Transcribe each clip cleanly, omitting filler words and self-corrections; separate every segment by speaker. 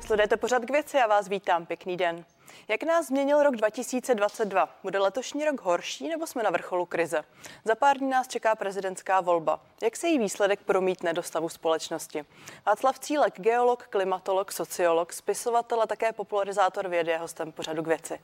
Speaker 1: Sledujete pořad K věci, já vás vítám, pěkný den. Jak nás změnil rok 2022? Bude letošní rok horší nebo jsme na vrcholu krize? Za pár dní nás čeká prezidentská volba. Jak se její výsledek promítne do stavu společnosti? Václav Cílek, geolog, klimatolog, sociolog, spisovatel a také popularizátor vědy je hostem pořadu K věci.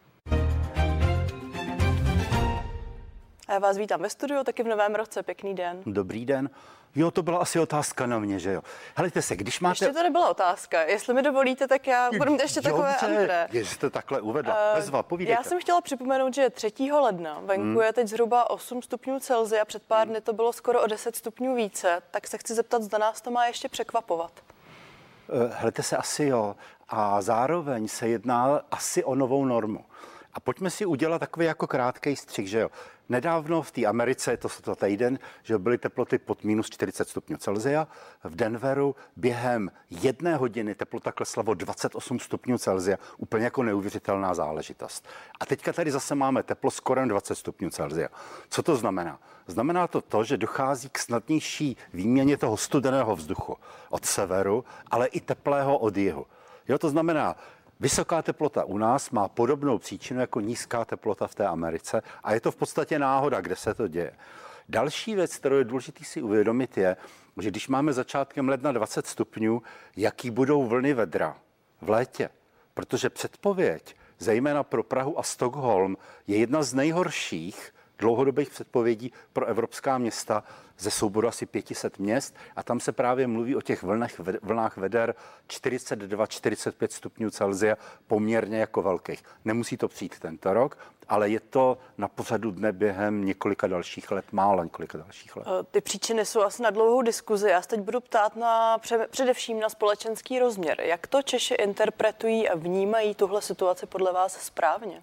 Speaker 1: A já vás vítám ve studiu, taky v novém roce. Pěkný den.
Speaker 2: Dobrý den. Jo, to byla asi otázka na mě, že jo. Helejte se, když máte...
Speaker 1: Ještě to nebyla otázka. Jestli mi dovolíte, tak já budu mít ještě takové antré.
Speaker 2: Jestli to takhle uvedla. Bezva, povídejte.
Speaker 1: Já jsem chtěla připomenout, že 3. ledna venku je teď zhruba 8 stupňů Celsia. Před pár dny to bylo skoro o 10 stupňů více. Tak se chci zeptat, zda nás to má ještě překvapovat.
Speaker 2: Helejte se, asi jo. A zároveň se jedná asi o novou normu. A pojďme si udělat takový jako krátký střih, že jo. Nedávno v té Americe, to týden, že byly teploty pod minus 40 stupňů Celsia. V Denveru během 1 hodiny teplota klesla o 28 stupňů Celsia. Úplně jako neuvěřitelná záležitost. A teďka tady zase máme teplo skoro 20 stupňů Celsia. Co to znamená? Znamená to, že dochází k snadnější výměně toho studeného vzduchu od severu, ale i teplého od jihu. Jo, to znamená, vysoká teplota u nás má podobnou příčinu jako nízká teplota v té Americe a je to v podstatě náhoda, kde se to děje. Další věc, kterou je důležité si uvědomit, je, že když máme začátkem ledna 20 stupňů, jaký budou vlny vedra v létě. Protože předpověď, zejména pro Prahu a Stockholm, je jedna z nejhorších dlouhodobých předpovědí pro evropská města ze souboru asi 500 měst a tam se právě mluví o těch vlnách veder 42-45 stupňů Celsia poměrně jako velkých. Nemusí to přijít tento rok, ale je to na pořadu dne během několika dalších let, několika dalších let.
Speaker 1: Ty příčiny jsou asi na dlouhou diskuzi. Já se teď budu ptát především na společenský rozměr. Jak to Češi interpretují a vnímají tuhle situaci podle vás správně?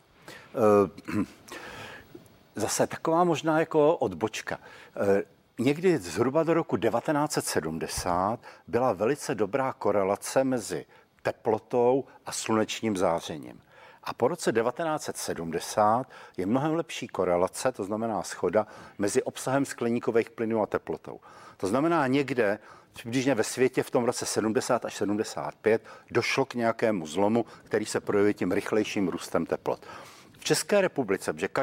Speaker 2: Zase taková možná jako odbočka. Někdy zhruba do roku 1970 byla velice dobrá korelace mezi teplotou a slunečním zářením. A po roce 1970 je mnohem lepší korelace, to znamená shoda, mezi obsahem skleníkových plynů a teplotou. To znamená někde, přibližně ve světě v tom roce 70 až 75 došlo k nějakému zlomu, který se projeví tím rychlejším růstem teplot. V České republice, protože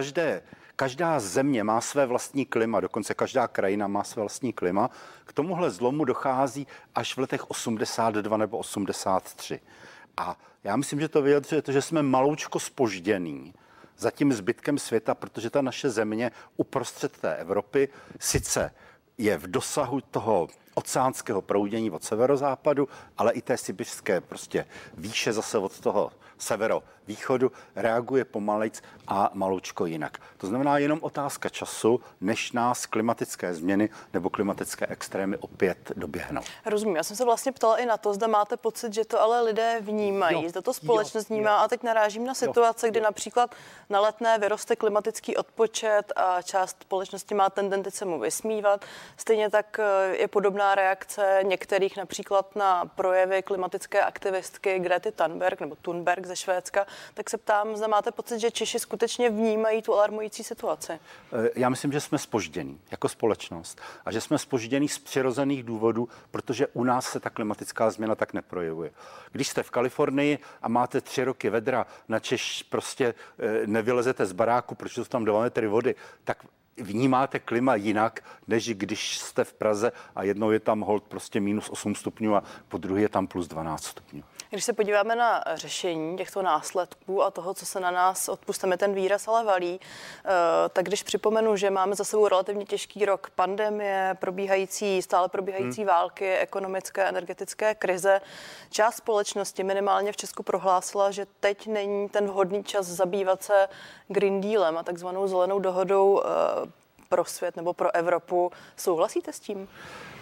Speaker 2: každá země má své vlastní klima, dokonce každá krajina má své vlastní klima. K tomuhle zlomu dochází až v letech 82 nebo 83. A já myslím, že to vyjadřuje to, že jsme maloučko zpožděný za tím zbytkem světa, protože ta naše země uprostřed té Evropy sice je v dosahu toho oceánského proudění od severozápadu, ale i té sibiřské prostě výše zase od toho severovýchodu reaguje pomalejc a maloučko jinak. To znamená jenom otázka času, než nás klimatické změny nebo klimatické extrémy opět doběhnou.
Speaker 1: Rozumím, já jsem se vlastně ptala i na to, zda máte pocit, že to ale lidé vnímají, zda to společnost vnímá a teď narážím na situace, kdy například na Letné vyroste klimatický odpočet a část společnosti má tendenci se mu vysmívat. Stejně tak je podobná reakce některých například na projevy klimatické aktivistky Grety Thunberg ze Švédska, tak se ptám, zda máte pocit, že Češi skutečně vnímají tu alarmující situaci?
Speaker 2: Já myslím, že jsme zpoždění jako společnost a že jsme zpoždění z přirozených důvodů, protože u nás se ta klimatická změna tak neprojevuje. Když jste v Kalifornii a máte 3 roky vedra, načež prostě nevylezete z baráku, protože jsou tam 2 metry vody, tak vnímáte klima jinak, než když jste v Praze a jednou je tam holt prostě minus 8 stupňů a po druhé je tam plus 12 stupňů.
Speaker 1: Když se podíváme na řešení těchto následků a toho, co se na nás, odpustíme ten výraz, ale valí, tak když připomenu, že máme za sebou relativně těžký rok pandemie, stále probíhající války, ekonomické, energetické krize, část společnosti minimálně v Česku prohlásila, že teď není ten vhodný čas zabývat se Green Dealem a takzvanou zelenou dohodou pro svět nebo pro Evropu. Souhlasíte s tím?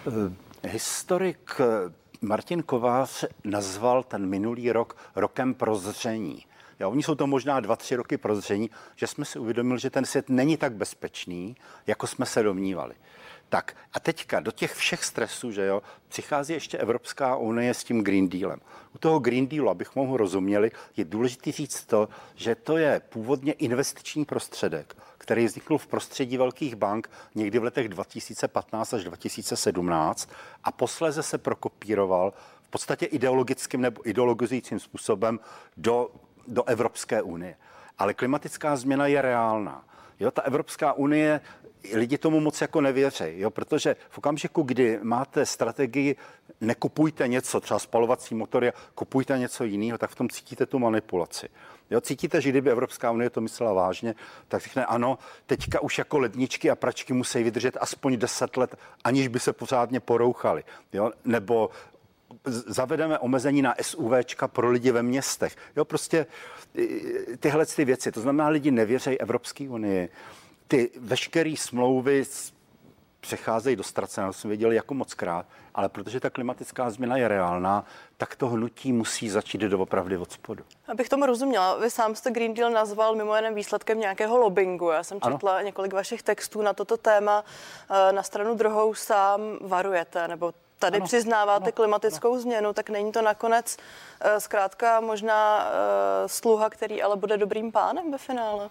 Speaker 2: Historik Martin Kovář nazval ten minulý rok rokem prozření. Oni jsou to možná 2-3 roky prozření, že jsme si uvědomili, že ten svět není tak bezpečný, jako jsme se domnívali. Tak a teďka do těch všech stresů, že jo, přichází ještě Evropská unie s tím Green Dealem. U toho Green Dealu, abychom ho rozuměli, je důležité říct to, že to je původně investiční prostředek, který vznikl v prostředí velkých bank někdy v letech 2015 až 2017 a posléze se prokopíroval v podstatě ideologickým nebo ideologizujícím způsobem do Evropské unie. Ale klimatická změna je reálná. Jo, ta Evropská unie, lidi tomu moc jako nevěří, jo, protože v okamžiku, kdy máte strategii nekupujte něco, třeba spalovací motory, kupujte něco jiného, tak v tom cítíte tu manipulaci. Jo, cítíte, že kdyby Evropská unie to myslela vážně, tak řekne ano, teďka už jako ledničky a pračky musí vydržet aspoň 10 let, aniž by se pořádně porouchaly. Jo, nebo zavedeme omezení na SUVčka pro lidi ve městech. Jo, prostě tyhle ty věci. To znamená, lidi nevěří Evropské unii. Ty veškeré smlouvy přecházejí do ztraceného, jsme věděli jako moc krát, ale protože ta klimatická změna je reálná, tak to hnutí musí začít doopravdy od spodu.
Speaker 1: Abych tomu rozuměla, vy sám jste Green Deal nazval mimo jiném výsledkem nějakého lobbingu. Já jsem četla několik vašich textů na toto téma. Na stranu druhou sám varujete, nebo tady přiznáváte klimatickou změnu, tak není to nakonec zkrátka možná sluha, který ale bude dobrým pánem ve finále?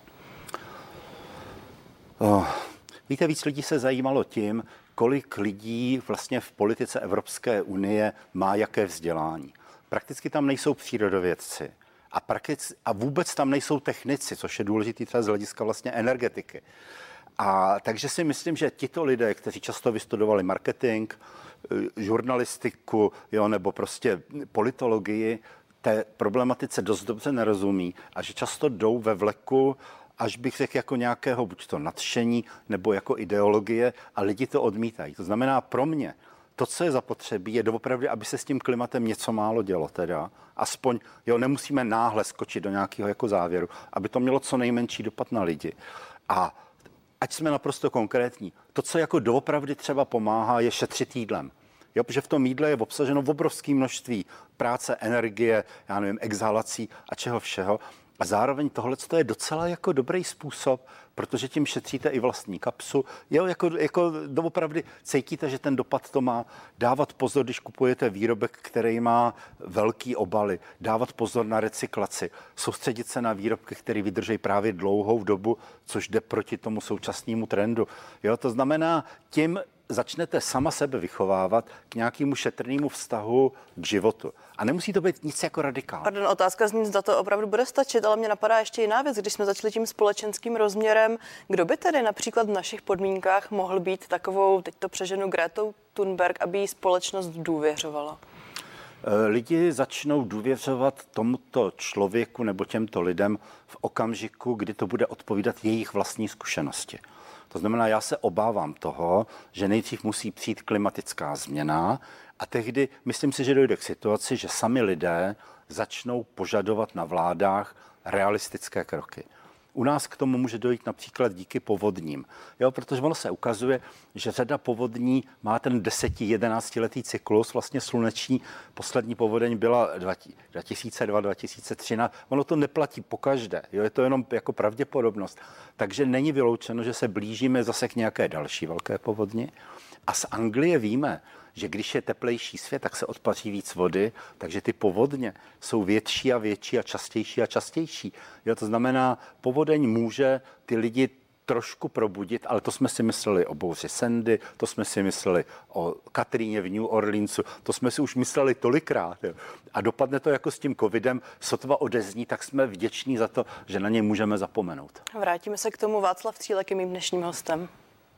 Speaker 2: Víte, víc lidí se zajímalo tím, kolik lidí vlastně v politice Evropské unie má jaké vzdělání. Prakticky tam nejsou přírodovědci a vůbec tam nejsou technici, což je důležité třeba z hlediska vlastně energetiky. A takže si myslím, že tito lidé, kteří často vystudovali marketing, žurnalistiku, jo, nebo prostě politologii, té problematice dost dobře nerozumí a že často jdou ve vleku, až bych řekl jako nějakého buď to nadšení nebo jako ideologie a lidi to odmítají. To znamená pro mě, to, co je zapotřebí, je doopravdy, aby se s tím klimatem něco málo dělo teda. Aspoň, jo, nemusíme náhle skočit do nějakého jako závěru, aby to mělo co nejmenší dopad na lidi. A ať jsme naprosto konkrétní, to, co jako doopravdy třeba pomáhá, je šetřit jídlem. Jo, protože v tom jídle je obsaženo v obrovské množství práce, energie, já nevím, exhalací a čeho všeho. A zároveň tohle je docela jako dobrý způsob, protože tím šetříte i vlastní kapsu. Jo, jako doopravdy cítíte, že ten dopad to má. Dávat pozor, když kupujete výrobek, který má velký obaly. Dávat pozor na recyklaci. Soustředit se na výrobky, které vydrží právě dlouhou dobu, což jde proti tomu současnému trendu. Jo, to znamená, tím začnete sama sebe vychovávat k nějakému šetrnému vztahu k životu. A nemusí to být nic jako radikální.
Speaker 1: Pardon, otázka zní, zda to opravdu bude stačit, ale mě napadá ještě jiná věc. Když jsme začali tím společenským rozměrem, kdo by tedy například v našich podmínkách mohl být takovou, teď to přeženu, Gretou Thunberg, aby jí společnost důvěřovala?
Speaker 2: Lidi začnou důvěřovat tomuto člověku nebo těmto lidem v okamžiku, kdy to bude odpovídat jejich vlastní zkušenosti. To znamená, já se obávám toho, že nejdřív musí přijít klimatická změna a tehdy myslím si, že dojde k situaci, že sami lidé začnou požadovat na vládách realistické kroky. U nás k tomu může dojít například díky povodním, jo, protože ono se ukazuje, že řada povodní má ten 10-11 letý cyklus, vlastně sluneční, poslední povodeň byla 2002-2013, ono to neplatí pokaždé, jo, je to jenom jako pravděpodobnost, takže není vyloučeno, že se blížíme zase k nějaké další velké povodni. A z Anglie víme, že když je teplejší svět, tak se odpaří víc vody, takže ty povodně jsou větší a větší a častější. Jo, to znamená, povodeň může ty lidi trošku probudit, ale to jsme si mysleli o bouři Sandy, to jsme si mysleli o Katríně v New Orleansu, to jsme si už mysleli tolikrát. Jo. A dopadne to jako s tím covidem, sotva odezní, tak jsme vděční za to, že na něj můžeme zapomenout.
Speaker 1: Vrátíme se k tomu. Václav Cílek je mým dnešním hostem.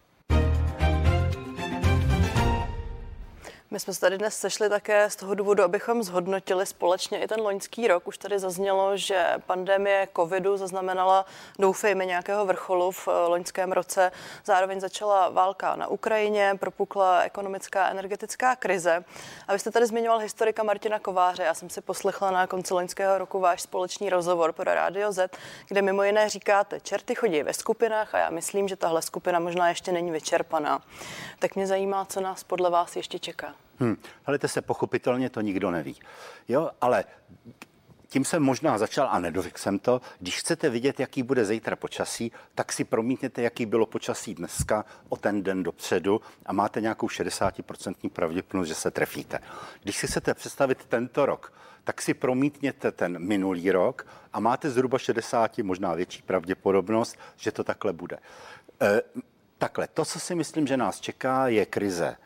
Speaker 1: My jsme se tady dnes sešli také z toho důvodu, abychom zhodnotili společně i ten loňský rok. Už tady zaznělo, že pandemie covidu zaznamenala, doufejme, nějakého vrcholu v loňském roce. Zároveň začala válka na Ukrajině, propukla ekonomická energetická krize. A vy jste tady zmiňoval historika Martina Kováře. Já jsem si poslechla na konci loňského roku váš společný rozhovor pro Rádio Z, kde mimo jiné říkáte, čerty chodí ve skupinách a já myslím, že tahle skupina možná ještě není vyčerpaná. Tak mě zajímá, co nás podle vás ještě čeká.
Speaker 2: Helejte se, pochopitelně to nikdo neví. Jo, ale tím jsem možná začal a nedořekl jsem to. Když chcete vidět, jaký bude zítra počasí, tak si promítněte, jaký bylo počasí dneska o ten den dopředu a máte nějakou 60% pravděpodobnost, že se trefíte. Když si chcete představit tento rok, tak si promítněte ten minulý rok a máte zhruba 60, možná větší pravděpodobnost, že to takhle bude. Takhle, to, co si myslím, že nás čeká, je krize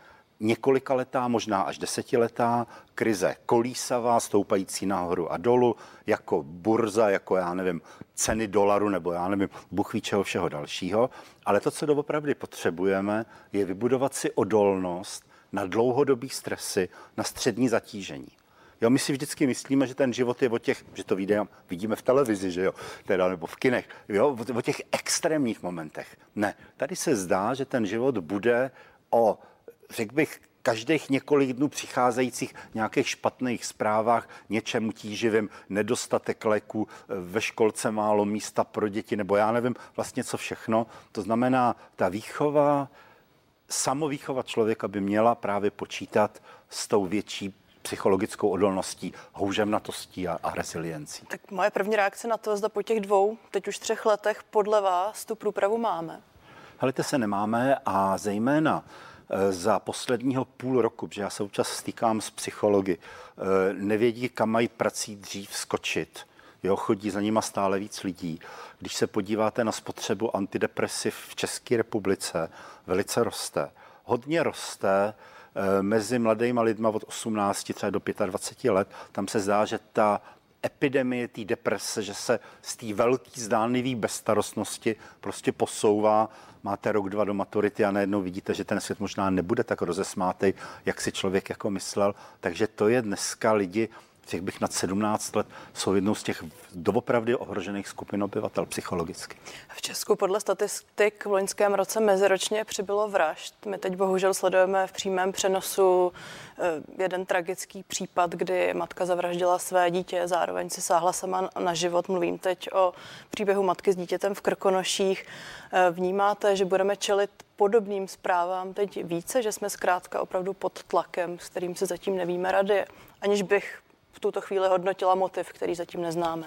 Speaker 2: několikaletá, možná až 10letá krize, kolísavá, stoupající nahoru a dolů, jako burza, jako já nevím, ceny dolaru nebo já nevím, bůh ví čeho všeho dalšího. Ale to, co doopravdy potřebujeme, je vybudovat si odolnost na dlouhodobý stresy, na střední zatížení. Jo, my si vždycky myslíme, že ten život je o těch, že to vidíme v televizi, že jo, teda, nebo v kinech, jo, o těch extrémních momentech. Ne, tady se zdá, že ten život bude o, řekl bych, každých několik dnů přicházejících nějakých špatných zprávách, něčemu tíživým, nedostatek léků, ve školce málo místa pro děti, nebo já nevím vlastně co všechno. To znamená, ta výchova, samovýchova člověka by měla právě počítat s tou větší psychologickou odolností, houževnatostí a reziliencí.
Speaker 1: Tak moje první reakce na to, zda po těch 2, teď už 3 letech podle vás tu průpravu máme.
Speaker 2: Helejte se, nemáme a zejména za posledního půl roku, protože já se občas stýkám s psychology, nevědí, kam mají prací dřív skočit. Jo, chodí za nima stále víc lidí. Když se podíváte na spotřebu antidepresiv v České republice, velice roste. Hodně roste mezi mladýma lidma od 18 třeba do 25 let. Tam se zdá, že ta epidemie té deprese, že se z té velké zdánlivé bezstarostnosti prostě posouvá. Máte rok, 2 do maturity a najednou vidíte, že ten svět možná nebude tak rozesmátej, jak si člověk jako myslel. Takže to je dneska lidi, řekl bych nad 17 let, jsou jednou z těch doopravdy ohrožených skupin obyvatel psychologicky.
Speaker 1: V Česku podle statistik v loňském roce meziročně přibylo vražd. My teď bohužel sledujeme v přímém přenosu jeden tragický případ, kdy matka zavraždila své dítě, zároveň si sáhla sama na život. Mluvím teď o příběhu matky s dítětem v Krkonoších. Vnímáte, že budeme čelit podobným zprávám teď více, že jsme zkrátka opravdu pod tlakem, s kterým se zatím nevíme rady, aniž bych v tuto chvíli hodnotila motiv, který zatím neznáme?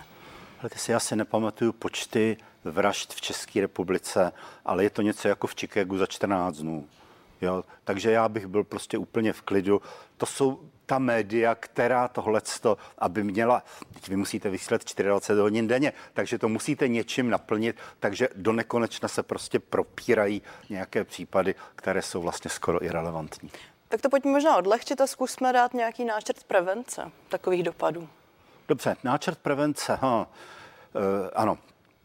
Speaker 2: Já si nepamatuju počty vražd v České republice, ale je to něco jako v Chicagu za 14 dnů. Jo? Takže já bych byl prostě úplně v klidu. To jsou ta média, která tohleto, aby měla, teď vy musíte vysílat 24 hodin denně, takže to musíte něčím naplnit, takže do nekonečna se prostě propírají nějaké případy, které jsou vlastně skoro irelevantní.
Speaker 1: Tak to pojďme možná odlehčit a zkusme dát nějaký náčrt prevence takových dopadů.
Speaker 2: Dobře, náčrt prevence, ano.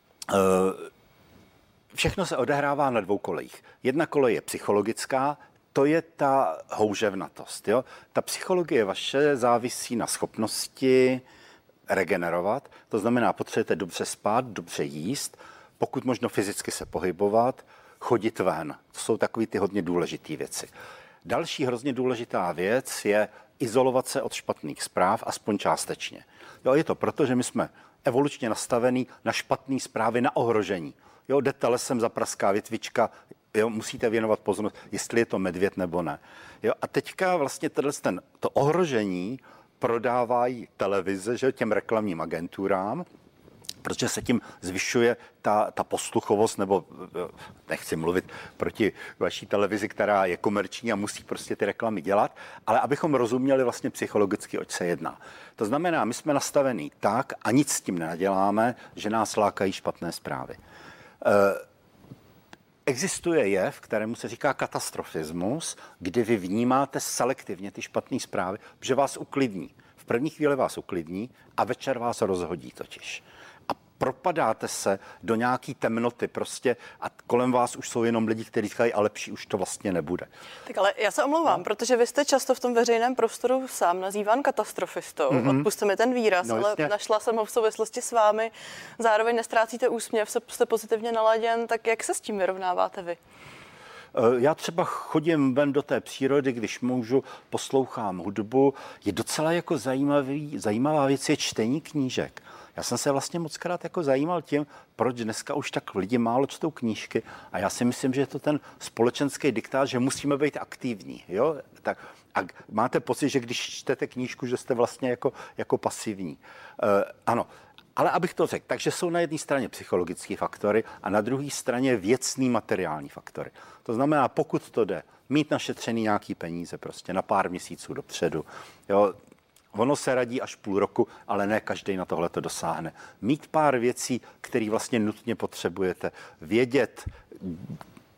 Speaker 2: Všechno se odehrává na 2 kolejích. Jedna kolej je psychologická, to je ta houževnatost. Jo? Ta psychologie vaše závisí na schopnosti regenerovat, to znamená, potřebujete dobře spát, dobře jíst, pokud možno fyzicky se pohybovat, chodit ven. To jsou takové ty hodně důležité věci. Další hrozně důležitá věc je izolovat se od špatných zpráv, aspoň částečně. Jo, je to proto, že my jsme evolučně nastavení na špatné zprávy, na ohrožení. Jo, jdete lesem, zapraská větvička, jo, musíte věnovat pozornost, jestli je to medvěd nebo ne. Jo, a teďka vlastně to ohrožení prodávají televize, že, těm reklamním agenturám, protože se tím zvyšuje ta posluchovost, nebo nechci mluvit proti vaší televizi, která je komerční a musí prostě ty reklamy dělat, ale abychom rozuměli vlastně psychologicky, oč se jedná. To znamená, my jsme nastavení tak a nic s tím neděláme, že nás lákají špatné zprávy. Existuje jev, kterému se říká katastrofismus, kdy vy vnímáte selektivně ty špatné zprávy, že vás uklidní. V první chvíli vás uklidní a večer vás rozhodí totiž. A propadáte se do nějaký temnoty prostě a kolem vás už jsou jenom lidi, kteří říkají, a lepší už to vlastně nebude.
Speaker 1: Tak ale já se omlouvám, protože vy jste často v tom veřejném prostoru sám nazýván katastrofistou. Odpusťte mi ten výraz, ale našla jsem ho v souvislosti s vámi. Zároveň nestrácíte úsměv, jste pozitivně naladěn, tak jak se s tím vyrovnáváte vy?
Speaker 2: Já třeba chodím ven do té přírody, když můžu, poslouchám hudbu. Je docela jako zajímavá věc je čtení knížek. Já jsem se vlastně mockrát jako zajímal tím, proč dneska už tak lidi málo čtou knížky a já si myslím, že je to ten společenský diktát, že musíme být aktivní. Jo? Tak, a máte pocit, že když čtete knížku, že jste vlastně jako pasivní. Ano, ale abych to řekl, takže jsou na jedné straně psychologické faktory a na druhé straně věcný materiální faktory. To znamená, pokud to jde, mít našetřený nějaký peníze prostě na pár měsíců dopředu, jo, ono se radí až půl roku, ale ne každý na tohle to dosáhne. Mít pár věcí, které vlastně nutně potřebujete. Vědět,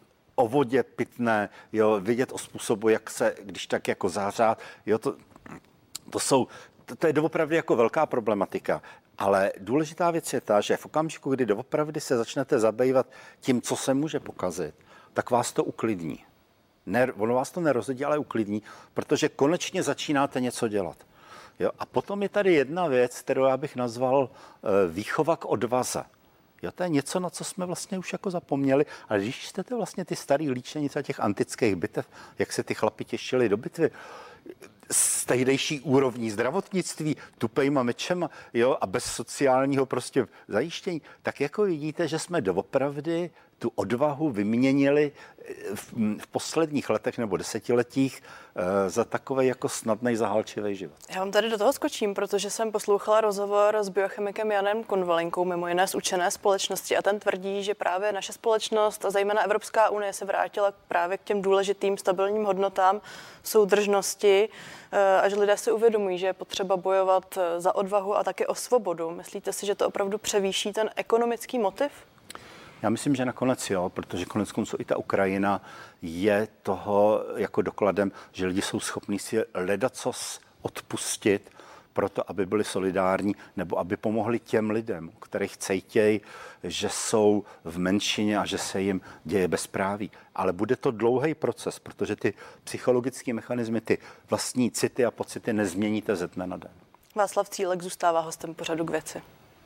Speaker 2: o vodě pitné, jo, vědět o způsobu, jak se, když tak jako zářát, jo, to je doopravdy jako velká problematika. Ale důležitá věc je ta, že v okamžiku, kdy doopravdy se začnete zabývat tím, co se může pokazit, tak vás to uklidní. Ono vás to nerozhodí, ale uklidní, protože konečně začínáte něco dělat. Jo? A potom je tady jedna věc, kterou já bych nazval výchova k odvaze. Jo, to je něco, na co jsme vlastně už jako zapomněli, ale když čtete vlastně ty starý líčenice těch antických bitev, jak se ty chlapi těšili do bitvy, z tehdejší úrovní zdravotnictví, tupejma mečema, jo, a bez sociálního prostě zajištění, tak jako vidíte, že jsme doopravdy tu odvahu vyměnili v posledních letech nebo desetiletích za takovej jako snadnej zahalčivý život.
Speaker 1: Já vám tady do toho skočím, protože jsem poslouchala rozhovor s biochemikem Janem Konvalinkou, mimo jiné z Učené společnosti, a ten tvrdí, že právě naše společnost a zejména Evropská unie se vrátila právě k těm důležitým stabilním hodnotám soudržnosti a že lidé si uvědomují, že je potřeba bojovat za odvahu a taky o svobodu. Myslíte si, že to opravdu převýší ten ekonomický motiv?
Speaker 2: Já myslím, že nakonec jo, protože koneckonců i ta Ukrajina je toho jako dokladem, že lidi jsou schopní si ledacos odpustit proto, aby byli solidární nebo aby pomohli těm lidem, kterých cítějí, že jsou v menšině a že se jim děje bezpráví. Ale bude to dlouhý proces, protože ty psychologické mechanismy, ty vlastní city a pocity nezměníte ze dne na den.
Speaker 1: Václav Cílek zůstává hostem pořadu K věci.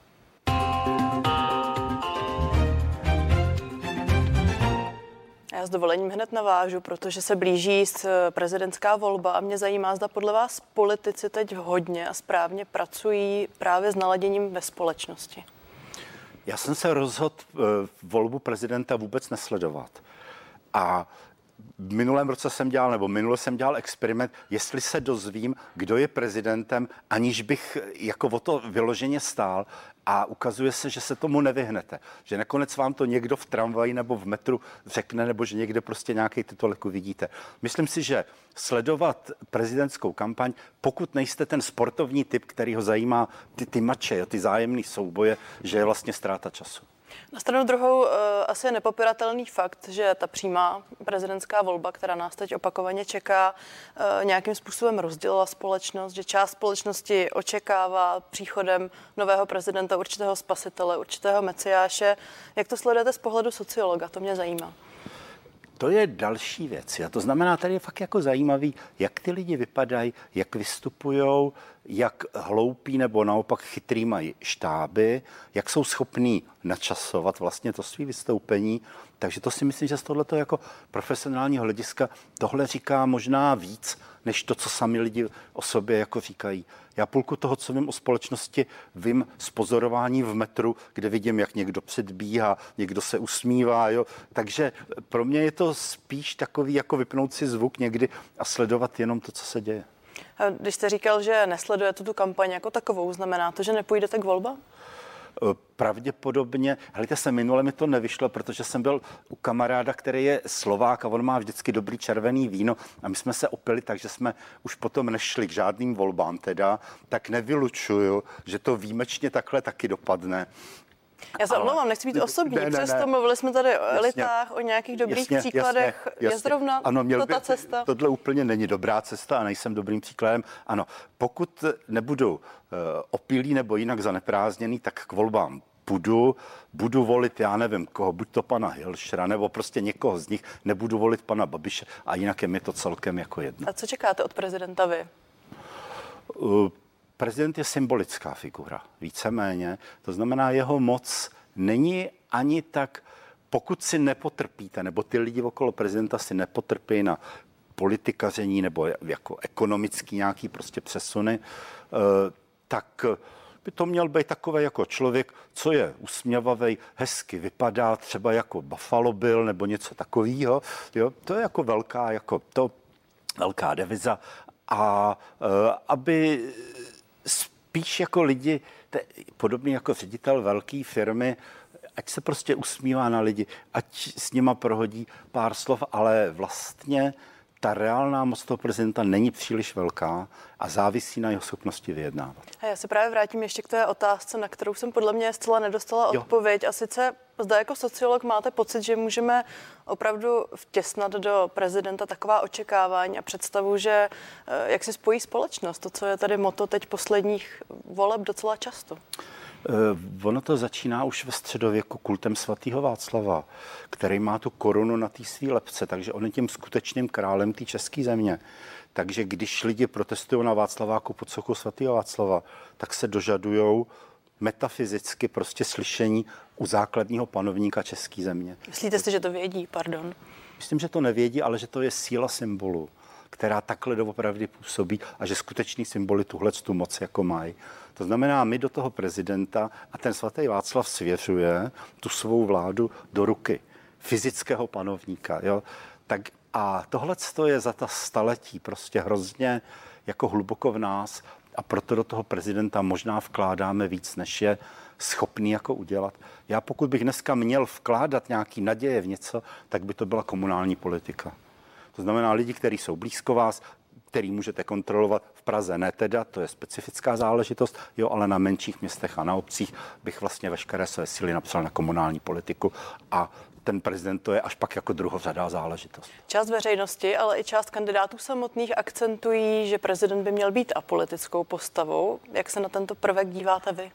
Speaker 1: Já s dovolením hned navážu, protože se blíží prezidentská volba a mě zajímá, zda podle vás politici teď hodně a správně pracují právě s naladěním ve společnosti.
Speaker 2: Já jsem se rozhodl volbu prezidenta vůbec nesledovat. A minule jsem dělal experiment, jestli se dozvím, kdo je prezidentem, aniž bych jako o to vyloženě stál, a ukazuje se, že se tomu nevyhnete. Že nakonec vám to někdo v tramvaji nebo v metru řekne, nebo že někde prostě nějaký titulek vidíte. Myslím si, že sledovat prezidentskou kampaň, pokud nejste ten sportovní typ, který ho zajímá ty mače, ty zájemné souboje, že je vlastně ztráta času.
Speaker 1: Na stranu druhou asi je nepopiratelný fakt, že ta přímá prezidentská volba, která nás teď opakovaně čeká, nějakým způsobem rozdělila společnost, že část společnosti očekává příchodem nového prezidenta určitého spasitele, určitého mesiáše. Jak to sledujete z pohledu sociologa? To mě zajímá.
Speaker 2: To je další věc. A to znamená, tady je fakt jako zajímavý, jak ty lidi vypadají, jak vystupujou, jak hloupí nebo naopak chytrý mají štáby, jak jsou schopní načasovat vlastně to svý vystoupení. Takže to si myslím, že z tohoto jako profesionálního hlediska tohle říká možná víc, než to, co sami lidi o sobě jako říkají. Já půlku toho, co vím o společnosti, vím z pozorování v metru, kde vidím, jak někdo předbíhá, někdo se usmívá. Jo. Takže pro mě je to spíš takový, jako vypnout si zvuk někdy a sledovat jenom to, co se děje.
Speaker 1: Když jste říkal, že nesledujete tu kampaň jako takovou, znamená to, že nepůjdete k volbám?
Speaker 2: Pravděpodobně. Helejte se, minule mi to nevyšlo, protože jsem byl u kamaráda, který je Slovák a on má vždycky dobrý červený víno a my jsme se opili, takže jsme už potom nešli k žádným volbám teda, tak nevylučuju, že to výjimečně takhle taky dopadne.
Speaker 1: Já se omlouvám, nechci být osobní, přesto mluvili jsme tady o elitách, o nějakých dobrých příkladech.
Speaker 2: Jasně.
Speaker 1: Je zrovna ta cesta?
Speaker 2: Tohle úplně není dobrá cesta a nejsem dobrým příkladem. Ano, pokud nebudu opilý nebo jinak zaneprázdněný, tak k volbám budu volit, já nevím koho, buď to pana Hilšera, nebo prostě někoho z nich, nebudu volit pana Babiše a jinak je mi to celkem jako jedno.
Speaker 1: A co čekáte od prezidenta vy?
Speaker 2: Prezident je symbolická figura, víceméně. To znamená, jeho moc není ani tak, pokud si nepotrpíte, nebo ty lidi okolo prezidenta si nepotrpí na politikaření nebo jako ekonomický nějaký prostě přesuny, tak by to měl být takový jako člověk, co je usměvavý, hezky vypadá, třeba jako Buffalo Bill nebo něco takového. Jo? To je jako velká deviza. A aby spíš jako lidi, podobně jako ředitel velké firmy, ať se prostě usmívá na lidi, ať s nima prohodí pár slov, ale vlastně ta reálná moc toho prezidenta není příliš velká a závisí na jeho schopnosti vyjednávat.
Speaker 1: A já se právě vrátím ještě k té otázce, na kterou jsem podle mě zcela nedostala odpověď. A sice zda jako sociolog máte pocit, že můžeme opravdu vtěsnat do prezidenta taková očekávání a představu, že jak se spojí společnost, to, co je tady motto teď posledních voleb docela často.
Speaker 2: Ono to začíná už ve středověku kultem svatého Václava, který má tu korunu na té svý lebce, takže on je tím skutečným králem té české země. Takže když lidi protestují na Václaváku pod sochou svatého Václava, tak se dožadujou metafyzicky prostě slyšení u základního panovníka české země.
Speaker 1: Myslíte si, že to vědí, pardon?
Speaker 2: Myslím, že to nevědí, ale že to je síla symbolu, která takhle doopravdy působí a že skutečný symboly tu moc jako mají. To znamená, my do toho prezidenta a ten svatý Václav svěřuje tu svou vládu do ruky fyzického panovníka. Jo? Tak a tohle je za ta staletí prostě hrozně jako hluboko v nás a proto do toho prezidenta možná vkládáme víc, než je schopný jako udělat. Já pokud bych dneska měl vkládat nějaký naděje v něco, tak by to byla komunální politika. To znamená lidi, kteří jsou blízko vás, který můžete kontrolovat. V Praze ne teda, to je specifická záležitost, jo, ale na menších městech a na obcích bych vlastně veškeré své síly napsal na komunální politiku a ten prezident to je až pak jako druhořadá záležitost.
Speaker 1: Část veřejnosti, ale i část kandidátů samotných akcentují, že prezident by měl být apolitickou postavou. Jak se na tento prvek díváte vy?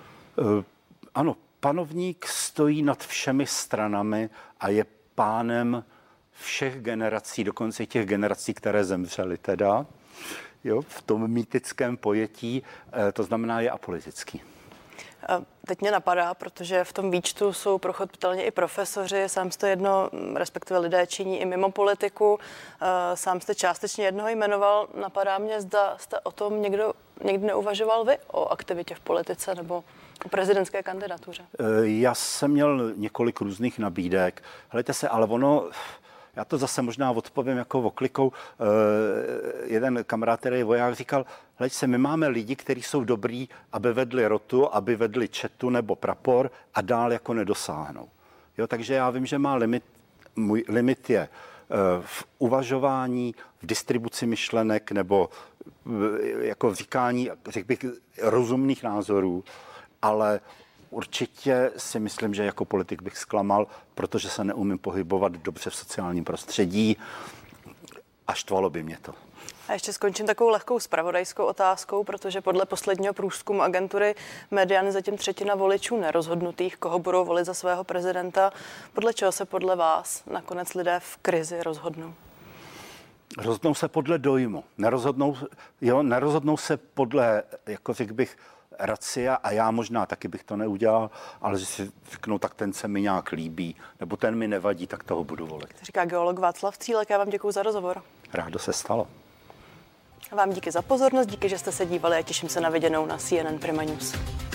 Speaker 2: Ano, panovník stojí nad všemi stranami a je pánem všech generací, dokonce těch generací, které zemřely teda, jo, v tom mýtickém pojetí, to znamená je apolitický.
Speaker 1: Teď mě napadá, protože v tom výčtu jsou pochopitelně i profesoři, sám jste jedno, respektive lidé činí i mimo politiku, sám jste částečně jednoho jmenoval, napadá mě, zda jste o tom někdy neuvažoval vy, o aktivitě v politice nebo o prezidentské kandidatuře.
Speaker 2: Já jsem měl několik různých nabídek, hledajte se, ale já to zase možná odpovím jako oklikou. Jeden kamarád, který je voják, říkal, hleď se, my máme lidi, kteří jsou dobrý, aby vedli rotu, aby vedli četu nebo prapor a dál jako nedosáhnou. Jo, takže já vím, že má limit, můj limit je v uvažování, v distribuci myšlenek nebo jako v říkání, řekl bych, rozumných názorů, ale určitě si myslím, že jako politik bych zklamal, protože se neumím pohybovat dobře v sociálním prostředí a štvalo by mě to.
Speaker 1: A ještě skončím takovou lehkou zpravodajskou otázkou, protože podle posledního průzkumu agentury Median je zatím třetina voličů nerozhodnutých, koho budou volit za svého prezidenta. Podle čeho se podle vás nakonec lidé v krizi rozhodnou?
Speaker 2: Rozhodnou se podle dojmu. Nerozhodnou se podle, jako řekl bych, racia a já možná taky bych to neudělal, ale že si řeknou, tak ten se mi nějak líbí, nebo ten mi nevadí, tak toho budu volit.
Speaker 1: Říká geolog Václav Cílek, já vám děkuji za rozhovor.
Speaker 2: Rádo se stalo.
Speaker 1: Vám díky za pozornost, díky, že jste se dívali a těším se na viděnou na CNN Prima News.